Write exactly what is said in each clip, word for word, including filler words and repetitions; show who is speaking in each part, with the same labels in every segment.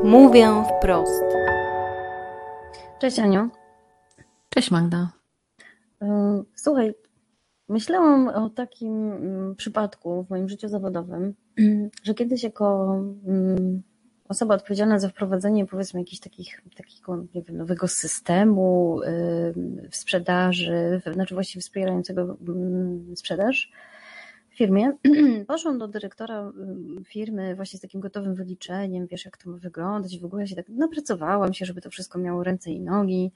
Speaker 1: Mówię wprost.
Speaker 2: Cześć Aniu.
Speaker 3: Cześć Magda.
Speaker 2: Słuchaj, myślałam o takim przypadku w moim życiu zawodowym, że kiedyś jako osoba odpowiedzialna za wprowadzenie powiedzmy jakichś takich, takiego nie wiem, nowego systemu w sprzedaży, znaczy właściwie wspierającego sprzedaż w firmie, poszłam do dyrektora firmy właśnie z takim gotowym wyliczeniem, wiesz jak to ma wyglądać, w ogóle się tak napracowałam się, żeby to wszystko miało ręce i nogi.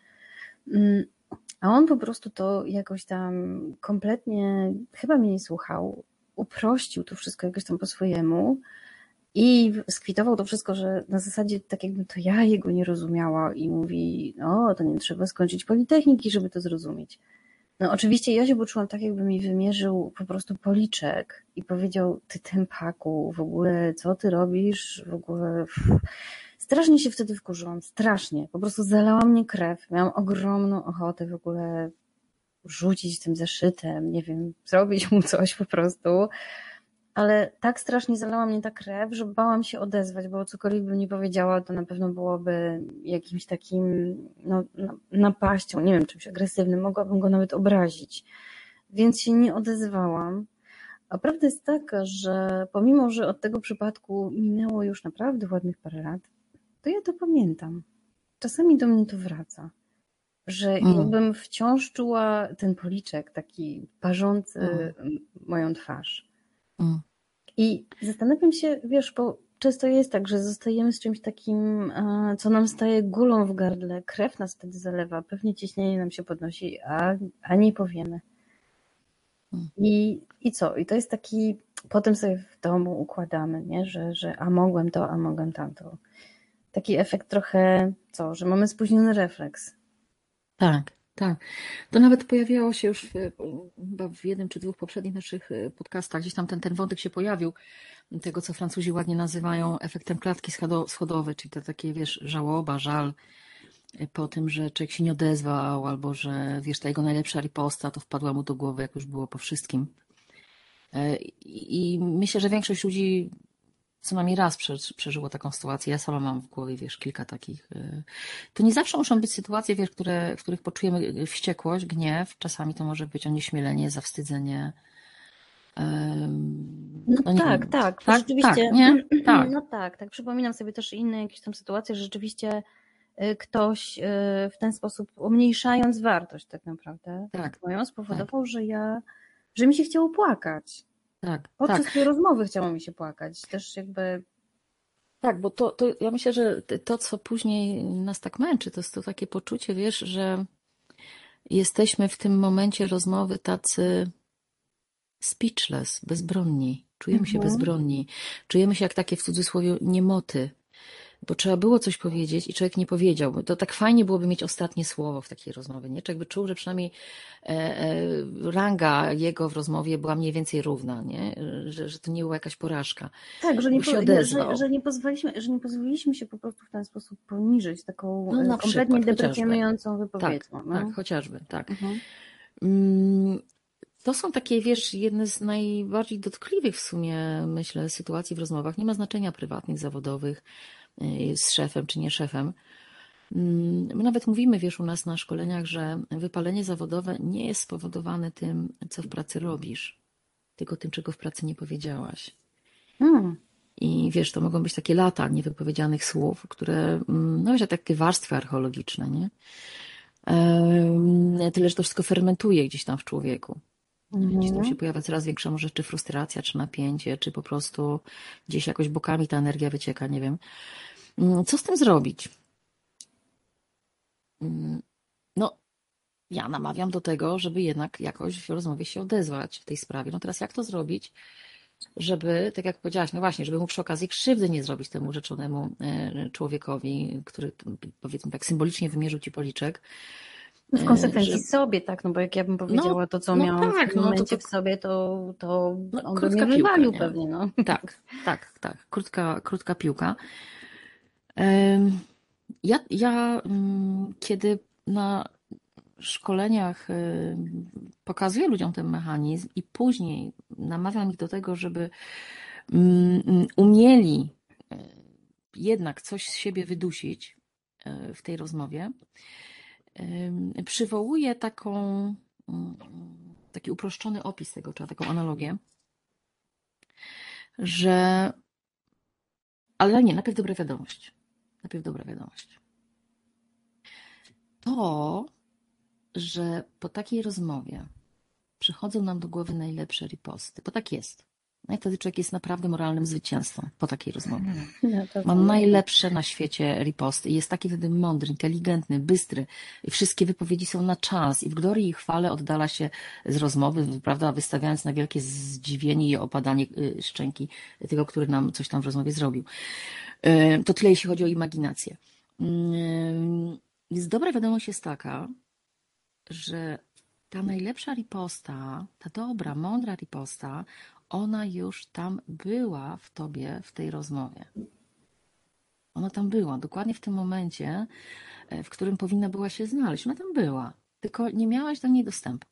Speaker 2: A on po prostu to jakoś tam kompletnie, chyba mnie nie słuchał, uprościł to wszystko jakoś tam po swojemu i skwitował to wszystko, że na zasadzie tak jakby to ja jego nie rozumiała i mówi, no to nie trzeba skończyć Politechniki, żeby to zrozumieć. No oczywiście ja się poczułam tak, jakby mi wymierzył po prostu policzek i powiedział, ty tępaku, w ogóle co ty robisz, w ogóle... Strasznie się wtedy wkurzyłam, strasznie. Po prostu zalała mnie krew. Miałam ogromną ochotę w ogóle rzucić tym zeszytem, nie wiem, zrobić mu coś po prostu. Ale tak strasznie zalała mnie ta krew, że bałam się odezwać, bo cokolwiek bym nie powiedziała, to na pewno byłoby jakimś takim no, napaścią, nie wiem, czymś agresywnym. Mogłabym go nawet obrazić. Więc się nie odezwałam. A prawda jest taka, że pomimo, że od tego przypadku minęło już naprawdę ładnych parę lat, to ja to pamiętam. Czasami do mnie to wraca, że mm. jakbym wciąż czuła ten policzek taki parzący mm. moją twarz. Mm. I zastanawiam się, wiesz, bo często jest tak, że zostajemy z czymś takim, co nam staje gulą w gardle, krew nas wtedy zalewa, pewnie ciśnienie nam się podnosi, a, a nie powiemy. Mm. I, I co? I to jest taki, potem sobie w domu układamy, nie? Że, że a mogłem to, a mogłem tamto. Taki efekt trochę, co, że mamy spóźniony refleks.
Speaker 3: Tak, tak. To nawet pojawiało się już w, chyba w jednym czy dwóch poprzednich naszych podcastach, gdzieś tam ten, ten wątek się pojawił, tego co Francuzi ładnie nazywają efektem klatki schodowej, czyli to takie, wiesz, żałoba, żal po tym, że człowiek się nie odezwał, albo że, wiesz, ta jego najlepsza riposta to wpadła mu do głowy, jak już było po wszystkim. I myślę, że większość ludzi co najmniej raz przeżyło taką sytuację. Ja sama mam w głowie, wiesz, kilka takich. To nie zawsze muszą być sytuacje, wiesz, które, w których poczujemy wściekłość, gniew. Czasami to może być onieśmielenie, zawstydzenie.
Speaker 2: No, no tak, tak, tak.
Speaker 3: Tak,
Speaker 2: rzeczywiście.
Speaker 3: tak, nie? Tak.
Speaker 2: No tak, tak. Przypominam sobie też inne jakieś tam sytuacje, że rzeczywiście ktoś w ten sposób, umniejszając wartość tak naprawdę
Speaker 3: tak,
Speaker 2: moją, spowodował, tak. że ja, że mi się chciało płakać.
Speaker 3: Tak,
Speaker 2: Podczas
Speaker 3: tak.
Speaker 2: tej rozmowy chciało mi się płakać. Też jakby...
Speaker 3: Tak, bo to, to ja myślę, że to, co później nas tak męczy, to jest to takie poczucie, wiesz, że jesteśmy w tym momencie rozmowy tacy speechless, bezbronni. Czujemy się
Speaker 2: Mhm.
Speaker 3: bezbronni. Czujemy się jak takie w cudzysłowie niemoty. Bo trzeba było coś powiedzieć i człowiek nie powiedział. To tak fajnie byłoby mieć ostatnie słowo w takiej rozmowie, nie? Człowiek by czuł, że przynajmniej e, e, ranga jego w rozmowie była mniej więcej równa, nie? Że, że to nie była jakaś porażka.
Speaker 2: Tak, że nie,
Speaker 3: się odezwał.
Speaker 2: Że, że, nie pozwoliliśmy, że nie pozwoliliśmy się po prostu w ten sposób poniżyć taką
Speaker 3: no,
Speaker 2: kompletnie
Speaker 3: przykład,
Speaker 2: deprecjonującą wypowiedzią.
Speaker 3: Tak,
Speaker 2: no?
Speaker 3: tak, chociażby, tak.
Speaker 2: Mhm.
Speaker 3: To są takie, wiesz, jedne z najbardziej dotkliwych w sumie, myślę, sytuacji w rozmowach. Nie ma znaczenia prywatnych, zawodowych, z szefem czy nie szefem. My nawet mówimy, wiesz, u nas na szkoleniach, że wypalenie zawodowe nie jest spowodowane tym, co w pracy robisz, tylko tym, czego w pracy nie powiedziałaś.
Speaker 2: Hmm.
Speaker 3: I wiesz, to mogą być takie lata niewypowiedzianych słów, które, no wiesz, takie warstwy archeologiczne, nie? Tyle, że to wszystko fermentuje gdzieś tam w człowieku. Mhm. Gdzieś tam się pojawia coraz większa może czy frustracja, czy napięcie, czy po prostu gdzieś jakoś bokami ta energia wycieka, nie wiem. Co z tym zrobić? No, ja namawiam do tego, żeby jednak jakoś w rozmowie się odezwać w tej sprawie. No teraz jak to zrobić, żeby, tak jak powiedziałaś, no właśnie, żeby mu przy okazji krzywdy nie zrobić temu rzeczonemu człowiekowi, który powiedzmy tak symbolicznie wymierzył ci policzek.
Speaker 2: No w konsekwencji że... sobie, tak, no bo jak ja bym powiedziała no, to, co
Speaker 3: no
Speaker 2: miałam
Speaker 3: tak,
Speaker 2: w tym momencie
Speaker 3: no to, to...
Speaker 2: w sobie, to, to
Speaker 3: no,
Speaker 2: on by mnie wywalił pewnie, no.
Speaker 3: Tak, tak, tak, krótka, krótka piłka. Ja, ja kiedy na szkoleniach pokazuję ludziom ten mechanizm i później namawiam ich do tego, żeby umieli jednak coś z siebie wydusić w tej rozmowie, przywołuje taką, taki uproszczony opis tego, czy taką analogię, że ale nie, najpierw dobra wiadomość. Najpierw dobra wiadomość. To, że po takiej rozmowie przychodzą nam do głowy najlepsze riposty, bo tak jest. No i wtedy człowiek jest naprawdę moralnym zwycięzcą po takiej rozmowie.
Speaker 2: No, to
Speaker 3: Ma
Speaker 2: samo.
Speaker 3: najlepsze na świecie riposty i jest taki wtedy mądry, inteligentny, bystry i wszystkie wypowiedzi są na czas i w glorii i chwale oddala się z rozmowy, prawda, wystawiając na wielkie zdziwienie i opadanie szczęki tego, który nam coś tam w rozmowie zrobił. To tyle, jeśli chodzi o imaginację. Więc dobra wiadomość jest taka, że ta najlepsza riposta, ta dobra, mądra riposta, ona już tam była w tobie w tej rozmowie. Ona tam była, dokładnie w tym momencie, w którym powinna była się znaleźć. Ona tam była, tylko nie miałaś do niej dostępu.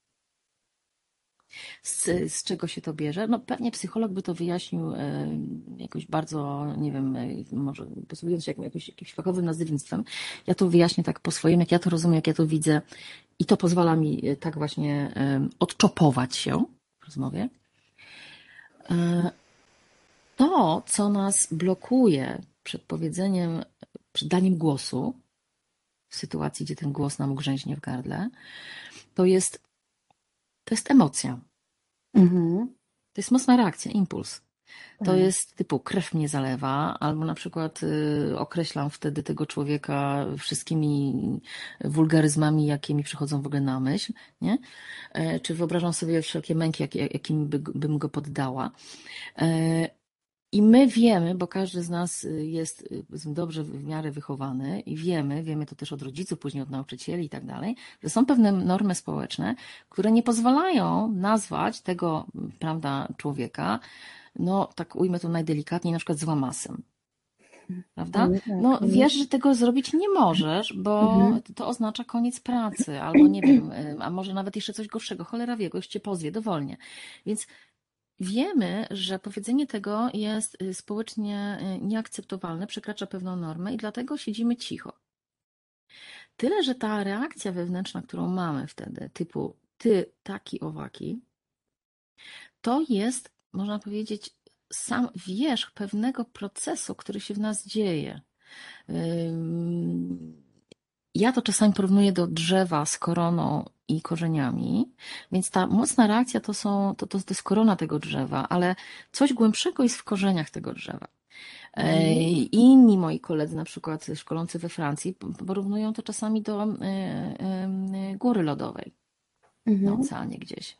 Speaker 3: Z, z czego się to bierze? No pewnie psycholog by to wyjaśnił e, jakoś bardzo, nie wiem, e, może posługując się jakimś, jakimś fachowym nazewnictwem. Ja to wyjaśnię tak po swojemu, jak ja to rozumiem, jak ja to widzę i to pozwala mi e, tak właśnie e, odczopować się w rozmowie. E, to, co nas blokuje przed powiedzeniem, przed daniem głosu, w sytuacji, gdzie ten głos nam ugrzęźnie w gardle, to jest, to jest emocja.
Speaker 2: Mhm.
Speaker 3: To jest mocna reakcja, impuls. To
Speaker 2: Tak.
Speaker 3: jest typu krew mnie zalewa, albo na przykład y, określam wtedy tego człowieka wszystkimi wulgaryzmami, jakie mi przychodzą w ogóle na myśl, nie? E, czy wyobrażam sobie wszelkie męki, jak, jakim by, bym go poddała. E, I my wiemy, bo każdy z nas jest dobrze w miarę wychowany i wiemy, wiemy to też od rodziców, później od nauczycieli i tak dalej, że są pewne normy społeczne, które nie pozwalają nazwać tego, prawda, człowieka, no tak ujmę to najdelikatniej, na przykład złamasem. Prawda? No wiesz, że tego zrobić nie możesz, bo
Speaker 2: Mhm.
Speaker 3: to oznacza koniec pracy, albo nie wiem, a może nawet jeszcze coś gorszego, cholera wie, goś cię pozwie dowolnie. Więc wiemy, że powiedzenie tego jest społecznie nieakceptowalne, przekracza pewną normę i dlatego siedzimy cicho. Tyle, że ta reakcja wewnętrzna, którą mamy wtedy, typu ty taki owaki, to jest, można powiedzieć, sam wierzch pewnego procesu, który się w nas dzieje. Ja to czasami porównuję do drzewa z koroną i korzeniami, więc ta mocna reakcja to, są, to, to, to jest korona tego drzewa, ale coś głębszego jest w korzeniach tego drzewa.
Speaker 2: Mhm.
Speaker 3: Inni moi koledzy, na przykład szkolący we Francji, porównują to czasami do góry lodowej
Speaker 2: Mhm.
Speaker 3: na oceanie gdzieś.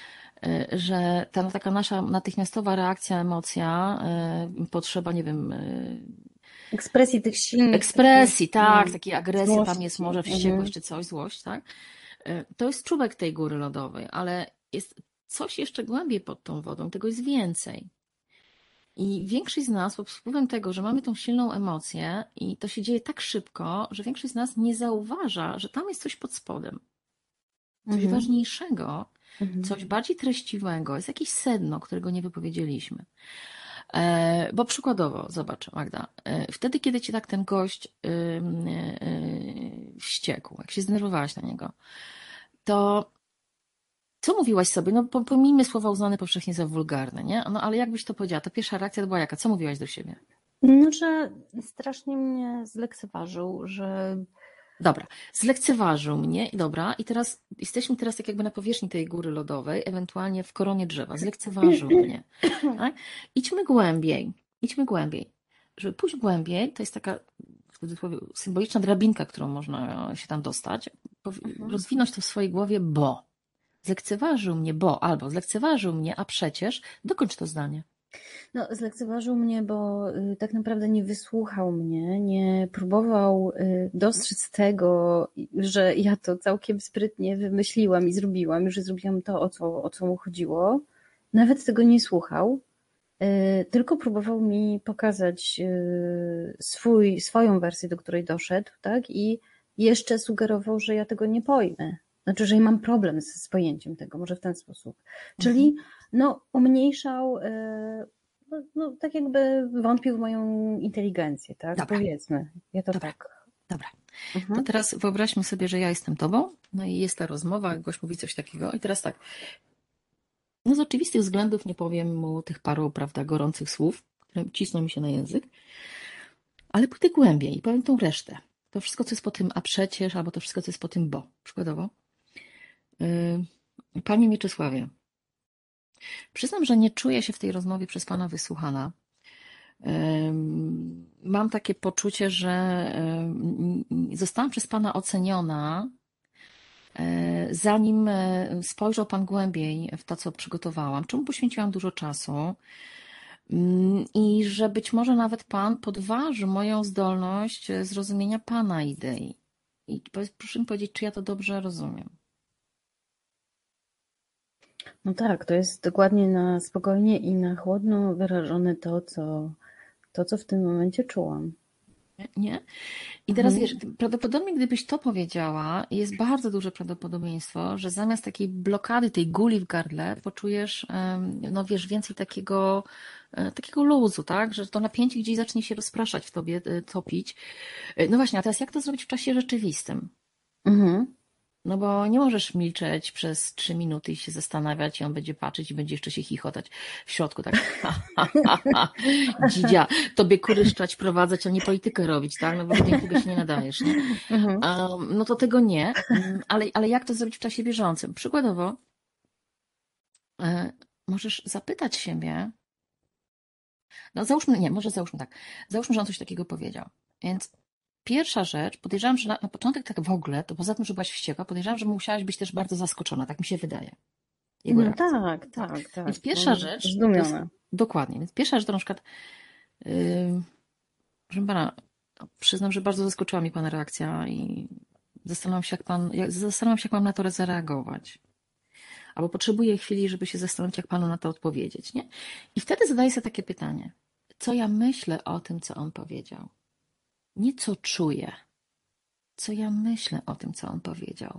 Speaker 3: Że ta taka nasza natychmiastowa reakcja, emocja, potrzeba, nie wiem,
Speaker 2: ekspresji tych silnych.
Speaker 3: Ekspresji,
Speaker 2: takich,
Speaker 3: tak,
Speaker 2: no,
Speaker 3: takiej agresji,
Speaker 2: złości.
Speaker 3: tam jest może wściekłość
Speaker 2: Mhm.
Speaker 3: czy coś, złość, tak? To jest czubek tej góry lodowej, ale jest coś jeszcze głębiej pod tą wodą, tego jest więcej. I większość z nas pod wpływem tego, że mamy tą silną emocję i to się dzieje tak szybko, że większość z nas nie zauważa, że tam jest coś pod spodem. Coś
Speaker 2: Mhm.
Speaker 3: ważniejszego,
Speaker 2: Mhm.
Speaker 3: coś bardziej treściwego, jest jakieś sedno, którego nie wypowiedzieliśmy. E, bo przykładowo, zobacz Magda, e, wtedy kiedy ci tak ten gość e, e, wściekł, jak się zdenerwowałaś na niego, to co mówiłaś sobie? No pomijmy słowa uznane powszechnie za wulgarne, nie? No ale jakbyś to powiedziała, to pierwsza reakcja to była jaka? Co mówiłaś do siebie?
Speaker 2: No, że strasznie mnie zlekceważył, że
Speaker 3: Dobra, zlekceważył mnie, dobra, i teraz jesteśmy teraz tak jakby na powierzchni tej góry lodowej, ewentualnie w koronie drzewa. Zlekceważył mnie. Tak? Idźmy głębiej, idźmy głębiej. Żeby pójść głębiej, to jest taka w cudzysłowie symboliczna drabinka, którą można się tam dostać, rozwinąć to w swojej głowie, bo zlekceważył mnie, bo albo zlekceważył mnie, a przecież dokończ to zdanie.
Speaker 2: No, zlekceważył mnie, bo y, tak naprawdę nie wysłuchał mnie, nie próbował y, dostrzec tego, że ja to całkiem sprytnie wymyśliłam i zrobiłam, że zrobiłam to, o co, o co mu chodziło. Nawet tego nie słuchał, y, tylko próbował mi pokazać y, swój, swoją wersję, do której doszedł, tak? I jeszcze sugerował, że ja tego nie pojmę. Znaczy, że ja mam problem z, z pojęciem tego, może w ten sposób. Czyli no, umniejszał y, no, no, tak jakby wątpił w moją inteligencję, tak?
Speaker 3: Dobra,
Speaker 2: Powiedzmy. Ja to
Speaker 3: dobra,
Speaker 2: tak.
Speaker 3: dobra. To
Speaker 2: Mhm.
Speaker 3: teraz wyobraźmy sobie, że ja jestem tobą, no i jest ta rozmowa, gość mówi coś takiego i teraz tak, no z oczywistych względów nie powiem mu tych paru, prawda, gorących słów, które cisną mi się na język, ale pójdę głębiej i powiem tą resztę. To wszystko, co jest po tym a przecież, albo to wszystko, co jest po tym bo. Przykładowo. Yy, Panie Mieczysławie, przyznam, że nie czuję się w tej rozmowie przez Pana wysłuchana. Mam takie poczucie, że zostałam przez Pana oceniona, zanim spojrzał Pan głębiej w to, co przygotowałam, czemu poświęciłam dużo czasu i że być może nawet Pan podważy moją zdolność zrozumienia Pana idei. I proszę mi powiedzieć, czy ja to dobrze rozumiem.
Speaker 2: No tak, to jest dokładnie na spokojnie i na chłodno wyrażone to, co, to, co w tym momencie czułam.
Speaker 3: Nie? I teraz
Speaker 2: Mhm.
Speaker 3: wiesz, prawdopodobnie gdybyś to powiedziała, jest bardzo duże prawdopodobieństwo, że zamiast takiej blokady, tej guli w gardle, poczujesz, no wiesz, więcej takiego, takiego luzu, tak? Że to napięcie gdzieś zacznie się rozpraszać w tobie, topić. No właśnie, a teraz jak to zrobić w czasie rzeczywistym?
Speaker 2: Mhm.
Speaker 3: No bo nie możesz milczeć przez trzy minuty i się zastanawiać i on będzie patrzeć i będzie jeszcze się chichotać w środku, tak ha, ha, ha, ha. Dzidzia, tobie kuryszczać, prowadzać, a nie politykę robić, tak? No bo do tego się nie nadajesz, nie?
Speaker 2: Mhm.
Speaker 3: Um, no to tego nie, ale, ale jak to zrobić w czasie bieżącym? Przykładowo, e, możesz zapytać siebie, no załóżmy, nie, może załóżmy tak, załóżmy, że on coś takiego powiedział, więc pierwsza rzecz, podejrzewam, że na, na początek tak w ogóle, to poza tym, że byłaś wściekła, podejrzewam, że musiałaś być też bardzo zaskoczona, tak mi się wydaje, jego
Speaker 2: No
Speaker 3: reakcją.
Speaker 2: tak,
Speaker 3: Tak.
Speaker 2: tak, tak.
Speaker 3: Więc pierwsza
Speaker 2: No,
Speaker 3: rzecz, to jest,
Speaker 2: zdumiona.
Speaker 3: dokładnie, więc pierwsza rzecz to na przykład, yy, proszę pana, przyznam, że bardzo zaskoczyła mnie pana reakcja i zastanawiam się, jak pan, jak, zastanawiam się, jak mam na to zareagować. Albo potrzebuję chwili, żeby się zastanowić, jak panu na to odpowiedzieć, nie? I wtedy zadaję sobie takie pytanie. Co ja myślę o tym, co on powiedział? Nie co czuję, co ja myślę o tym, co on powiedział.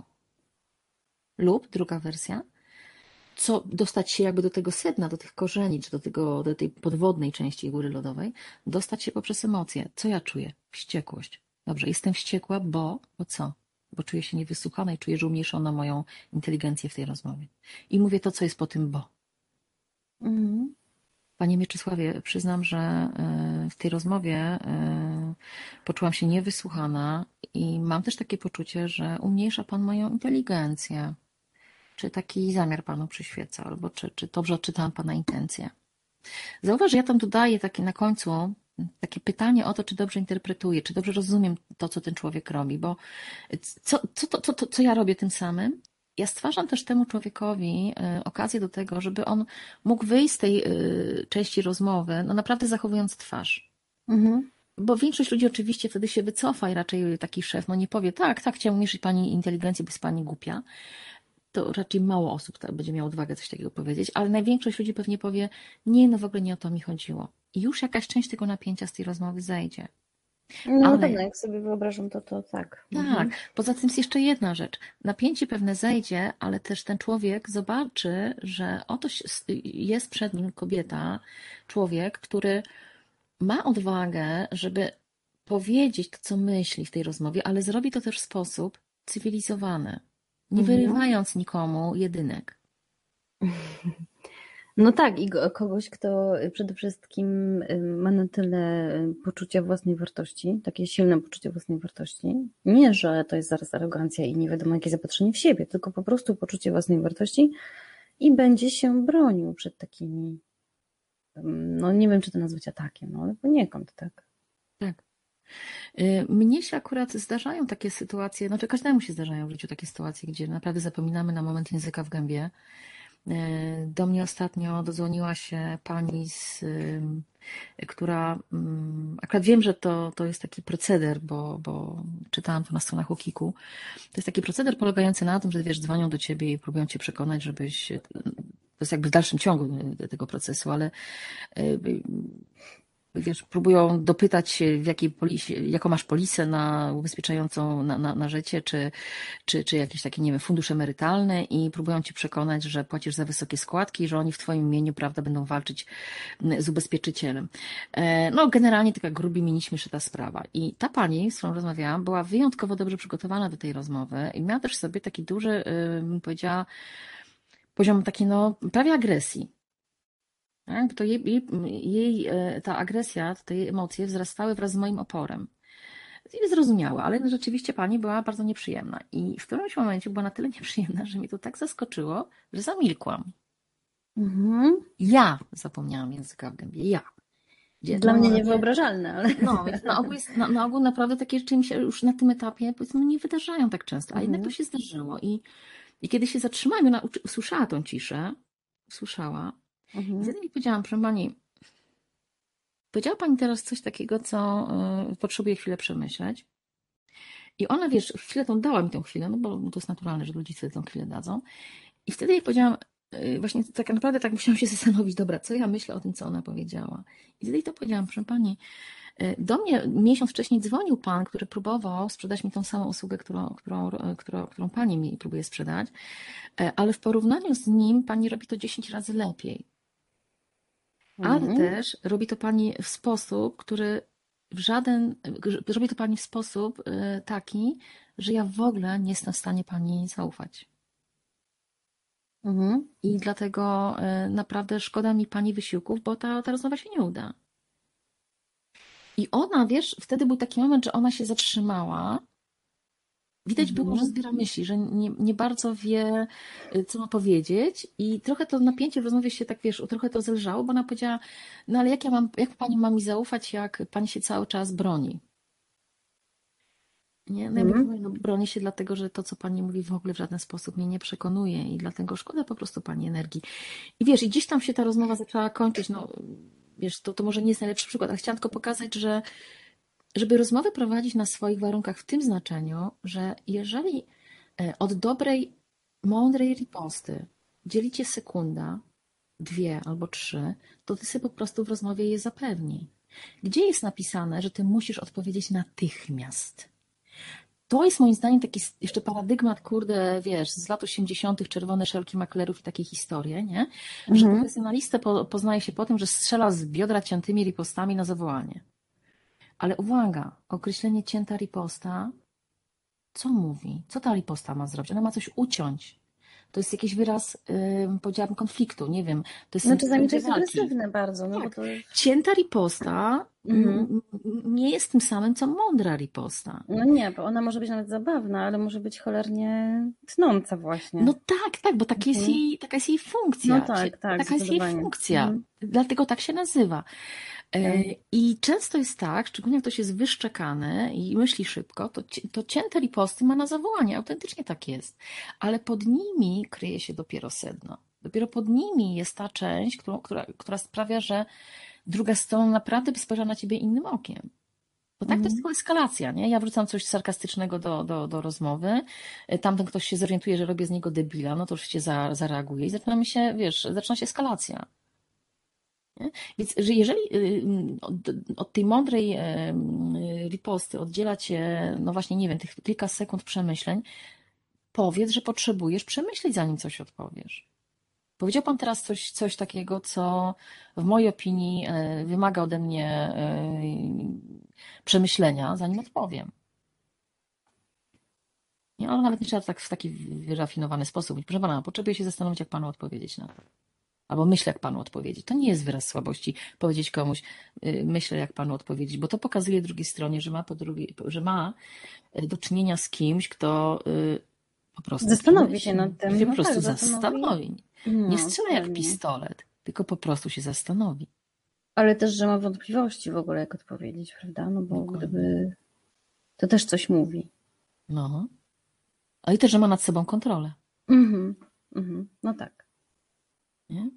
Speaker 3: Lub druga wersja, co dostać się jakby do tego sedna, do tych korzeni, czy do, tego, do tej podwodnej części góry lodowej, dostać się poprzez emocje. Co ja czuję? Wściekłość. Dobrze, jestem wściekła, bo, bo co? Bo czuję się niewysłuchana i czuję, że umniejszono moją inteligencję w tej rozmowie. I mówię to, co jest po tym bo.
Speaker 2: Mhm.
Speaker 3: Panie Mieczysławie, przyznam, że w tej rozmowie poczułam się niewysłuchana i mam też takie poczucie, że umniejsza Pan moją inteligencję. Czy taki zamiar Panu przyświeca, albo czy, czy dobrze odczytałam Pana intencje. Zauważ, że ja tam dodaję takie na końcu takie pytanie o to, czy dobrze interpretuję, czy dobrze rozumiem to, co ten człowiek robi, bo co, co, to, co, co ja robię tym samym? Ja stwarzam też temu człowiekowi okazję do tego, żeby on mógł wyjść z tej części rozmowy, no naprawdę zachowując twarz.
Speaker 2: Mhm.
Speaker 3: Bo większość ludzi oczywiście wtedy się wycofa i raczej taki szef no nie powie, tak, tak, chciałem umniejszyć Pani inteligencję, bo jest Pani głupia. To raczej mało osób będzie miało odwagę coś takiego powiedzieć, ale największość ludzi pewnie powie, nie, no w ogóle nie o to mi chodziło. I już jakaś część tego napięcia z tej rozmowy zejdzie.
Speaker 2: No na
Speaker 3: Ale
Speaker 2: pewno, jak sobie wyobrażam, to to tak. Mhm.
Speaker 3: tak, poza tym jest jeszcze jedna rzecz. Napięcie pewne zejdzie, ale też ten człowiek zobaczy, że oto jest przed nim kobieta, człowiek, który ma odwagę, żeby powiedzieć to, co myśli w tej rozmowie, ale zrobi to też w sposób cywilizowany, nie
Speaker 2: Mhm.
Speaker 3: wyrywając nikomu jedynek.
Speaker 2: No tak, i kogoś, kto przede wszystkim ma na tyle poczucia własnej wartości, takie silne poczucie własnej wartości. Nie, że to jest zaraz arogancja i nie wiadomo jakie zapatrzenie w siebie, tylko po prostu poczucie własnej wartości i będzie się bronił przed takimi, no nie wiem, czy to nazwać atakiem, no ale poniekąd tak.
Speaker 3: Tak. Mnie się akurat zdarzają takie sytuacje, znaczy każdemu się zdarzają w życiu takie sytuacje, gdzie naprawdę zapominamy na moment języka w gębie. Do mnie ostatnio dodzwoniła się pani, z, która, akurat wiem, że to, to jest taki proceder, bo, bo czytałam to na stronach Łokiku. To jest taki proceder polegający na tym, że wiesz, dzwonią do ciebie i próbują cię przekonać, żebyś, to jest jakby w dalszym ciągu tego procesu, ale wiesz, próbują dopytać się, w jakiej polisie, jaką masz polisę na ubezpieczającą na, na, na życie, czy, czy, czy jakieś takie, nie wiem, fundusze emerytalne i próbują ci przekonać, że płacisz za wysokie składki, że oni w twoim imieniu, prawda, będą walczyć z ubezpieczycielem. No, generalnie taka grubi minimizm ta sprawa. I ta pani, z którą rozmawiałam, była wyjątkowo dobrze przygotowana do tej rozmowy i miała też w sobie taki duży, bym powiedziała, poziom takiej, no, prawie agresji. Tak? To jej, jej, jej, ta agresja, te jej emocje wzrastały wraz z moim oporem. I zrozumiała, ale rzeczywiście pani była bardzo nieprzyjemna. I w którymś momencie była na tyle nieprzyjemna, że mnie to tak zaskoczyło, że zamilkłam.
Speaker 2: Mhm.
Speaker 3: Ja zapomniałam języka w gębie. Ja. Gdzie,
Speaker 2: Dla
Speaker 3: no,
Speaker 2: mnie niewyobrażalne, ale...
Speaker 3: No, więc na ogół, jest, na, na ogół naprawdę takie rzeczy mi się już na tym etapie, powiedzmy, nie wydarzają tak często, a jednak to się zdarzyło. I, i kiedy się zatrzymałam, ona usłyszała tą ciszę, usłyszała.
Speaker 2: Mhm.
Speaker 3: I wtedy mi powiedziałam, proszę pani, powiedziała pani teraz coś takiego, co y, potrzebuję chwilę przemyśleć. I ona, wiesz, chwilę tą dała mi tą chwilę, no bo to jest naturalne, że ludzie sobie tą chwilę dadzą. I wtedy jej powiedziałam, y, właśnie tak naprawdę tak musiałam się zastanowić, dobra, co ja myślę o tym, co ona powiedziała. I wtedy jej to powiedziałam, proszę pani, do mnie miesiąc wcześniej dzwonił pan, który próbował sprzedać mi tą samą usługę, którą, którą, którą, którą pani mi próbuje sprzedać, ale w porównaniu z nim pani robi to dziesięć razy lepiej. Ale
Speaker 2: Mhm.
Speaker 3: też robi to pani w sposób, który w żaden, robi to pani w sposób taki, że ja w ogóle nie jestem w stanie pani zaufać.
Speaker 2: Mhm.
Speaker 3: I dlatego naprawdę szkoda mi pani wysiłków, bo ta, ta rozmowa się nie uda. I ona, wiesz, wtedy był taki moment, że ona się zatrzymała. Widać było, że zbiera myśli, że nie, nie bardzo wie, co ma powiedzieć i trochę to napięcie w rozmowie się tak, wiesz, trochę to zelżało, bo ona powiedziała, no ale jak ja mam, jak pani ma mi zaufać, jak pani się cały czas broni? Nie? No ja
Speaker 2: Mhm.
Speaker 3: mówię, no broni się dlatego, że to, co pani mówi, w ogóle w żaden sposób mnie nie przekonuje i dlatego szkoda po prostu pani energii. I wiesz, i gdzieś tam się ta rozmowa zaczęła kończyć, no wiesz, to, to może nie jest najlepszy przykład, ale chciałam tylko pokazać, że żeby rozmowę prowadzić na swoich warunkach w tym znaczeniu, że jeżeli od dobrej, mądrej riposty dzielicie sekunda, dwie albo trzy, to ty sobie po prostu w rozmowie je zapewnij. Gdzie jest napisane, że ty musisz odpowiedzieć natychmiast? To jest moim zdaniem taki jeszcze paradygmat, kurde, wiesz, z lat osiemdziesiątych, czerwone szelki maklerów i takie historie, nie? Że
Speaker 2: Mhm.
Speaker 3: profesjonalistę po, poznaje się po tym, że strzela z biodra ciętymi ripostami na zawołanie. Ale uwaga, określenie cięta riposta, co mówi? Co ta riposta ma zrobić? Ona ma coś uciąć. To jest jakiś wyraz, yy, powiedziałabym, konfliktu, nie wiem. To jest
Speaker 2: No czasami to jest
Speaker 3: walki.
Speaker 2: agresywne bardzo, no
Speaker 3: Tak.
Speaker 2: bo to...
Speaker 3: Cięta riposta
Speaker 2: Mhm.
Speaker 3: nie jest tym samym, co mądra riposta.
Speaker 2: No nie, bo ona może być nawet zabawna, ale może być cholernie tnąca właśnie.
Speaker 3: No tak, tak, bo tak jest
Speaker 2: Mhm.
Speaker 3: jej, taka jest jej funkcja.
Speaker 2: No tak, tak,
Speaker 3: taka jest jej
Speaker 2: zdecydowanie.
Speaker 3: funkcja.
Speaker 2: Mhm.
Speaker 3: Dlatego tak się nazywa.
Speaker 2: Tak.
Speaker 3: I często jest tak, szczególnie jak ktoś jest wyszczekany i myśli szybko, to, to cięte riposty ma na zawołanie. Autentycznie tak jest. Ale pod nimi kryje się dopiero sedno. Dopiero pod nimi jest ta część, którą, która, która sprawia, że druga strona naprawdę spojrzy na ciebie innym okiem. Bo tak, to jest tylko eskalacja, nie? Ja wrzucam coś sarkastycznego do, do, do rozmowy, tamten ktoś się zorientuje, że robię z niego debila, no to oczywiście za, zareaguje i zaczynamy się, wiesz, zaczyna się eskalacja. Nie? Więc że jeżeli od, od tej mądrej riposty oddziela cię, no właśnie, nie wiem, tych kilka sekund przemyśleń, powiedz, że potrzebujesz przemyśleć, zanim coś odpowiesz. Powiedział pan teraz coś, coś takiego, co w mojej opinii wymaga ode mnie przemyślenia, zanim odpowiem. Nie, ale nawet nie trzeba tak w taki wyrafinowany sposób. Proszę pana, potrzebuję się zastanowić, jak panu odpowiedzieć na to. Albo myślę, jak panu odpowiedzieć. To nie jest wyraz słabości powiedzieć komuś, myślę, jak panu odpowiedzieć, bo to pokazuje drugiej stronie, że ma, po drugiej, że ma do czynienia z kimś, kto po prostu
Speaker 2: zastanowi się nad tym.
Speaker 3: się
Speaker 2: No
Speaker 3: po prostu
Speaker 2: tak,
Speaker 3: zastanowi.
Speaker 2: zastanowi.
Speaker 3: Nie
Speaker 2: No,
Speaker 3: strzela jak
Speaker 2: dokładnie.
Speaker 3: pistolet, tylko po prostu się zastanowi.
Speaker 2: Ale też, że ma wątpliwości w ogóle, jak odpowiedzieć, prawda? No bo
Speaker 3: Dokładnie.
Speaker 2: gdyby... To też coś mówi.
Speaker 3: No. A i też, że ma nad sobą kontrolę.
Speaker 2: Mhm. Mhm. No tak.
Speaker 3: Nie?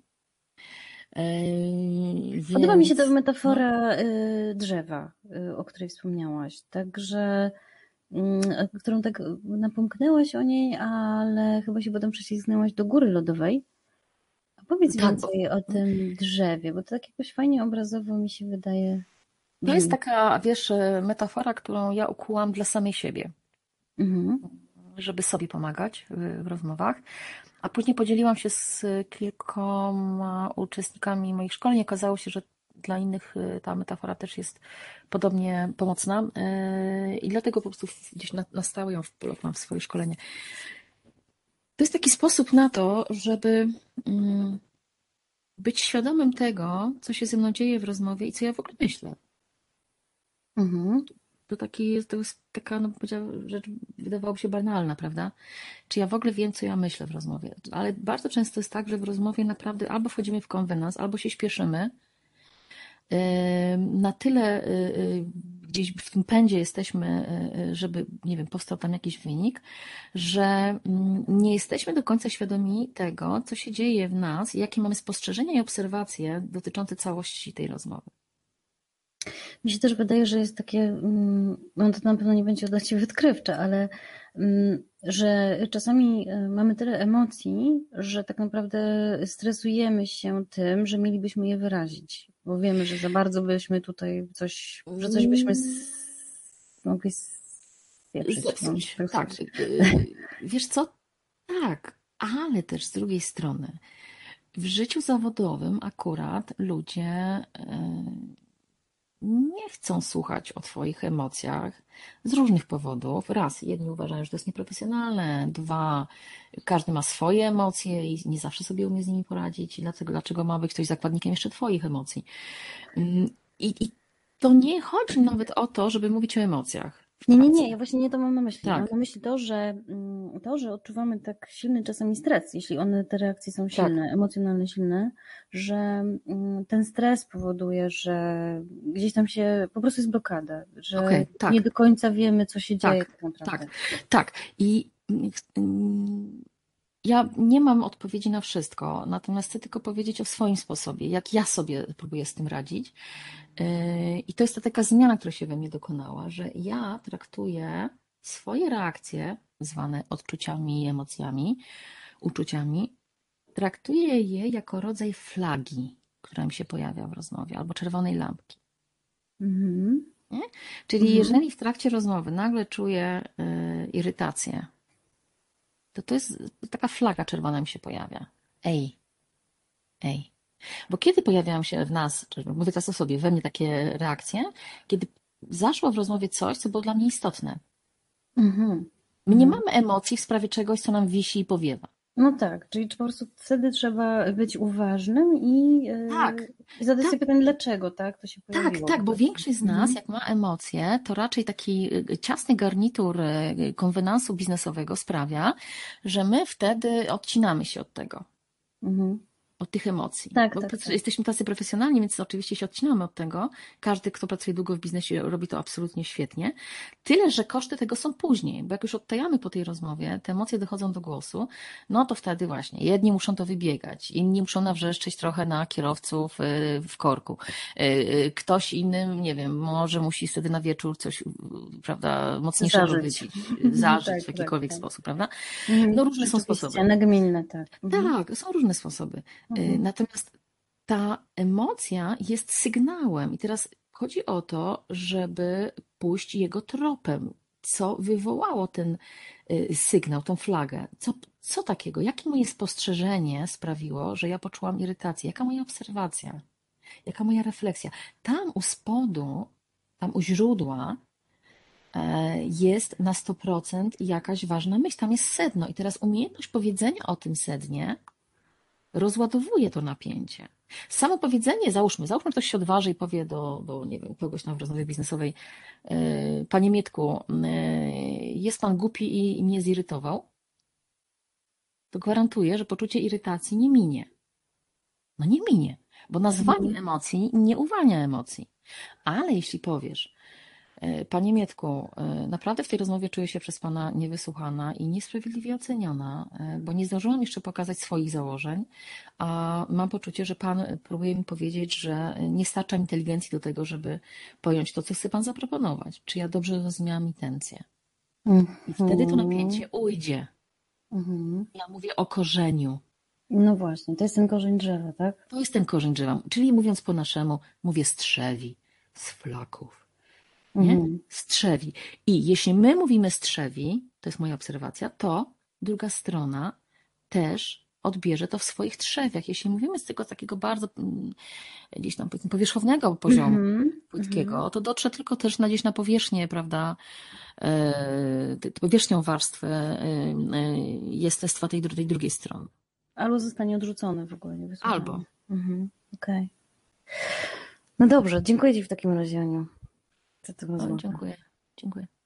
Speaker 3: Eee, więc...
Speaker 2: Podoba mi się ta metafora no. drzewa, o której wspomniałaś. Także, którą tak napomknęłaś o niej, ale chyba się potem prześlizgnęłaś do góry lodowej. A Powiedz
Speaker 3: Tak, bo
Speaker 2: więcej o tym drzewie, bo to tak jakoś fajnie obrazowo mi się wydaje
Speaker 3: to jest
Speaker 2: brzmi.
Speaker 3: taka, wiesz, metafora, którą ja ukułam dla samej siebie,
Speaker 2: Mhm.
Speaker 3: żeby sobie pomagać w w rozmowach. A później podzieliłam się z kilkoma uczestnikami moich szkoleń. Okazało się, że dla innych y, ta metafora też jest podobnie pomocna. Y, I dlatego po prostu gdzieś na, na stałe ją wplotłam w swoje szkolenie. To jest taki sposób na to, żeby mm, być świadomym tego, co się ze mną dzieje w rozmowie i co ja w ogóle myślę.
Speaker 2: Mhm.
Speaker 3: To, taki, jest- to jest taka, no, powiedziała, rzecz wydawałoby się banalna, prawda? Czy ja w ogóle wiem, co ja myślę w rozmowie? Ale bardzo często jest tak, że w rozmowie naprawdę albo wchodzimy w konwenans, albo się śpieszymy. Yy, Na tyle yy, gdzieś w tym pędzie jesteśmy, yy, żeby, nie wiem, powstał tam jakiś wynik, że mm, nie jesteśmy do końca świadomi tego, co się dzieje w nas, i jakie mamy spostrzeżenia i obserwacje dotyczące całości tej rozmowy.
Speaker 2: Mi się też wydaje, że jest takie, mm, no to na pewno nie będzie dla Ciebie odkrywcze, ale mm, że czasami e, mamy tyle emocji, że tak naprawdę stresujemy się tym, że mielibyśmy je wyrazić, bo wiemy, że za bardzo byśmy tutaj coś, że coś byśmy
Speaker 3: Mm,
Speaker 2: s- mogli spieprzyć, no,
Speaker 3: Zepsuć,
Speaker 2: tak
Speaker 3: tak.
Speaker 2: powiedzieć.
Speaker 3: Yy, Wiesz co? Tak, ale też z drugiej strony, w życiu zawodowym akurat ludzie yy, nie chcą słuchać o Twoich emocjach z różnych powodów. Raz, jedni uważają, że to jest nieprofesjonalne. Dwa, każdy ma swoje emocje i nie zawsze sobie umie z nimi poradzić. Dlaczego, dlaczego ma być ktoś zakładnikiem jeszcze Twoich emocji? Mm, I, I to nie chodzi nawet o to, żeby mówić o emocjach w
Speaker 2: Nie, nie,
Speaker 3: pracy.
Speaker 2: nie, ja właśnie nie to mam na myśli. Mam
Speaker 3: Tak,
Speaker 2: na myśli to, że mm, to, że odczuwamy tak silny czasami stres, jeśli one, te reakcje są
Speaker 3: tak,
Speaker 2: silne, emocjonalne silne, że mm, ten stres powoduje, że gdzieś tam się po prostu jest blokada, że
Speaker 3: okej,
Speaker 2: nie
Speaker 3: tak,
Speaker 2: do końca wiemy, co się dzieje
Speaker 3: tak,
Speaker 2: tak naprawdę.
Speaker 3: tak, tak. I mm, ja nie mam odpowiedzi na wszystko, natomiast chcę tylko powiedzieć o swoim sposobie, jak ja sobie próbuję z tym radzić. Yy, I to jest ta taka zmiana, która się we mnie dokonała, że ja traktuję swoje reakcje, zwane odczuciami, emocjami, uczuciami, traktuję je jako rodzaj flagi, która mi się pojawia w rozmowie, albo czerwonej lampki.
Speaker 2: Mhm,
Speaker 3: Nie? Czyli
Speaker 2: mhm,
Speaker 3: jeżeli w trakcie rozmowy nagle czuję yy, irytację, to to jest taka flaga czerwona mi się pojawia. Ej, ej. Bo kiedy pojawiają się w nas, czy mówię teraz o sobie, we mnie takie reakcje, kiedy zaszło w rozmowie coś, co było dla mnie istotne.
Speaker 2: mhm,
Speaker 3: My nie
Speaker 2: mhm.
Speaker 3: mamy emocji w sprawie czegoś, co nam wisi i powiewa.
Speaker 2: No tak, czyli po prostu wtedy trzeba być uważnym i,
Speaker 3: Tak,
Speaker 2: yy, i zadać
Speaker 3: tak,
Speaker 2: sobie pytanie, dlaczego tak to się
Speaker 3: tak,
Speaker 2: pojawiło po
Speaker 3: tak, bo
Speaker 2: prostu.
Speaker 3: większość z nas,
Speaker 2: Mhm,
Speaker 3: jak ma emocje, to raczej taki y, ciasny garnitur y, konwenansu biznesowego sprawia, że my wtedy odcinamy się od tego.
Speaker 2: mhm.
Speaker 3: Od tych emocji.
Speaker 2: Tak,
Speaker 3: Bo
Speaker 2: tak,
Speaker 3: prac-
Speaker 2: tak.
Speaker 3: jesteśmy tacy profesjonalni, więc oczywiście się odcinamy od tego. Każdy, kto pracuje długo w biznesie, robi to absolutnie świetnie. Tyle, że koszty tego są później, bo jak już odtajamy po tej rozmowie, te emocje dochodzą do głosu, no to wtedy właśnie jedni muszą to wybiegać, inni muszą nawrzeszczeć trochę na kierowców y, w korku. Y, y, Ktoś inny, nie wiem, może musi wtedy na wieczór coś, y, prawda, mocniejszego
Speaker 2: Zażyć.
Speaker 3: wypić, zażyć
Speaker 2: Tak,
Speaker 3: w
Speaker 2: tak,
Speaker 3: jakikolwiek
Speaker 2: tak.
Speaker 3: sposób, prawda?
Speaker 2: Mhm,
Speaker 3: No różne są
Speaker 2: rzeczywiście,
Speaker 3: sposoby.
Speaker 2: nagminne, tak. Mhm,
Speaker 3: Tak, są różne sposoby. Y,
Speaker 2: mhm,
Speaker 3: Natomiast ta emocja jest sygnałem. I teraz chodzi o to, żeby pójść jego tropem. Co wywołało ten y, sygnał, tą flagę? Co, co takiego? Jakie moje spostrzeżenie sprawiło, że ja poczułam irytację? Jaka moja obserwacja? Jaka moja refleksja? Tam u spodu, tam u źródła e, jest na sto procent jakaś ważna myśl. Tam jest sedno. I teraz umiejętność powiedzenia o tym sednie rozładowuje to napięcie. Samo powiedzenie, załóżmy, załóżmy, ktoś się odważy i powie do, do nie wiem, kogoś tam w rozmowie biznesowej: e, Panie Mietku, e, jest pan głupi i, i mnie zirytował, to gwarantuję, że poczucie irytacji nie minie. No nie minie, bo nazwanie
Speaker 2: mhm,
Speaker 3: emocji nie uwalnia emocji. Ale jeśli powiesz: Panie Mietku, naprawdę w tej rozmowie czuję się przez Pana niewysłuchana i niesprawiedliwie oceniona, bo nie zdążyłam jeszcze pokazać swoich założeń, a mam poczucie, że Pan próbuje mi powiedzieć, że nie starcza inteligencji do tego, żeby pojąć to, co chce Pan zaproponować. Czy ja dobrze rozumiałam intencje? I wtedy to
Speaker 2: mhm,
Speaker 3: napięcie ujdzie.
Speaker 2: mhm.
Speaker 3: Ja mówię o korzeniu.
Speaker 2: No właśnie, to jest ten korzeń drzewa, tak?
Speaker 3: To jest ten korzeń drzewa. Czyli mówiąc po naszemu, mówię z trzewi, z flaków, nie?
Speaker 2: Mhm.
Speaker 3: Z trzewi. I jeśli my mówimy z trzewi, to jest moja obserwacja, to druga strona też odbierze to w swoich trzewiach. Jeśli mówimy z tego takiego bardzo mm, gdzieś tam powiedzmy powierzchownego poziomu,
Speaker 2: Mhm.
Speaker 3: płytkiego, to dotrze tylko też na gdzieś na powierzchnię, prawda, e, t- powierzchnią warstwę e, e, jestestwa tej, dru- tej drugiej strony.
Speaker 2: Albo zostanie odrzucony w ogóle, nie wysłuchany.
Speaker 3: Albo.
Speaker 2: Mhm. Okej. No dobrze, dziękuję Ci w takim razie, Aniu, za tę
Speaker 3: O,
Speaker 2: rozmowę.
Speaker 3: dziękuję. Dziękuję.